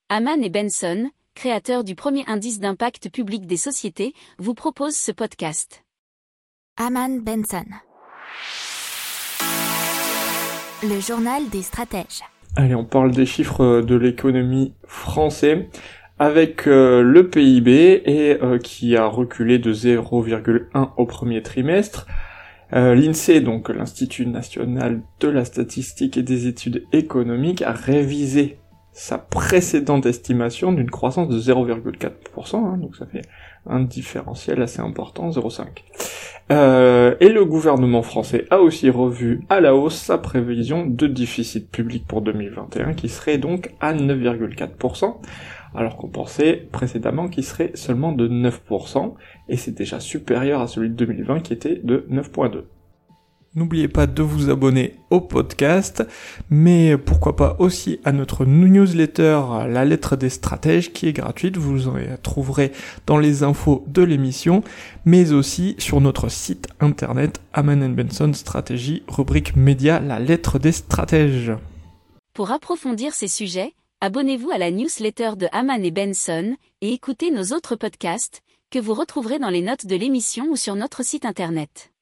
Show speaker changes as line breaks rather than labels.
Hamann et Benson, créateurs du premier indice d'impact public des sociétés, vous proposent ce podcast.
Hamann Benson, le journal des stratèges.
Allez, on parle des chiffres de l'économie française avec le PIB qui a reculé de 0,1 au premier trimestre. L'INSEE, donc l'Institut National de la Statistique et des Études Économiques, a révisé sa précédente estimation d'une croissance de 0,4%, donc ça fait un différentiel assez important, 0,5. Et le gouvernement français a aussi revu à la hausse sa prévision de déficit public pour 2021, qui serait donc à 9,4%, alors qu'on pensait précédemment qu'il serait seulement de 9%, et c'est déjà supérieur à celui de 2020 qui était de 9,2%. N'oubliez pas de vous abonner au podcast, mais pourquoi pas aussi à notre newsletter La Lettre des Stratèges qui est gratuite, vous en trouverez dans les infos de l'émission, mais aussi sur notre site internet Hamann & Benson Stratégie, rubrique média La Lettre des Stratèges.
Pour approfondir ces sujets, abonnez-vous à la newsletter de Hamann & Benson et écoutez nos autres podcasts que vous retrouverez dans les notes de l'émission ou sur notre site internet.